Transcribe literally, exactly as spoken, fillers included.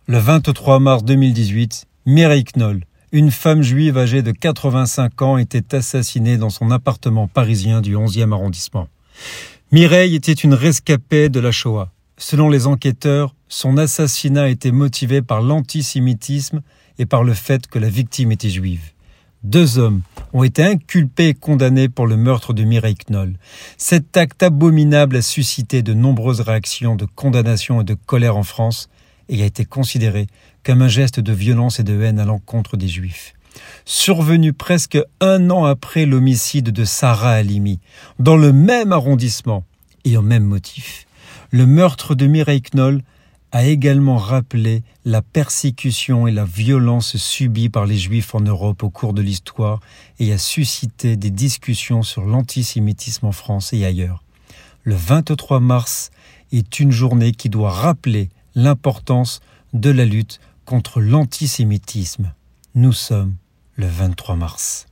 Le vingt-trois mars deux mille dix-huit, Mireille Knoll, une femme juive âgée de quatre-vingt-cinq ans, était assassinée dans son appartement parisien du onzième arrondissement. Mireille était une rescapée de la Shoah. Selon les enquêteurs, son assassinat était motivé par l'antisémitisme et par le fait que la victime était juive. Deux hommes ont été inculpés et condamnés pour le meurtre de Mireille Knoll. Cet acte abominable a suscité de nombreuses réactions de condamnation et de colère en France et a été considéré comme un geste de violence et de haine à l'encontre des Juifs. Survenu presque un an après l'homicide de Sarah Halimi, dans le même arrondissement et au même motif, le meurtre de Mireille Knoll a également rappelé la persécution et la violence subies par les Juifs en Europe au cours de l'histoire et a suscité des discussions sur l'antisémitisme en France et ailleurs. Le vingt-trois mars est une journée qui doit rappeler l'importance de la lutte contre l'antisémitisme. Nous sommes le vingt-trois mars.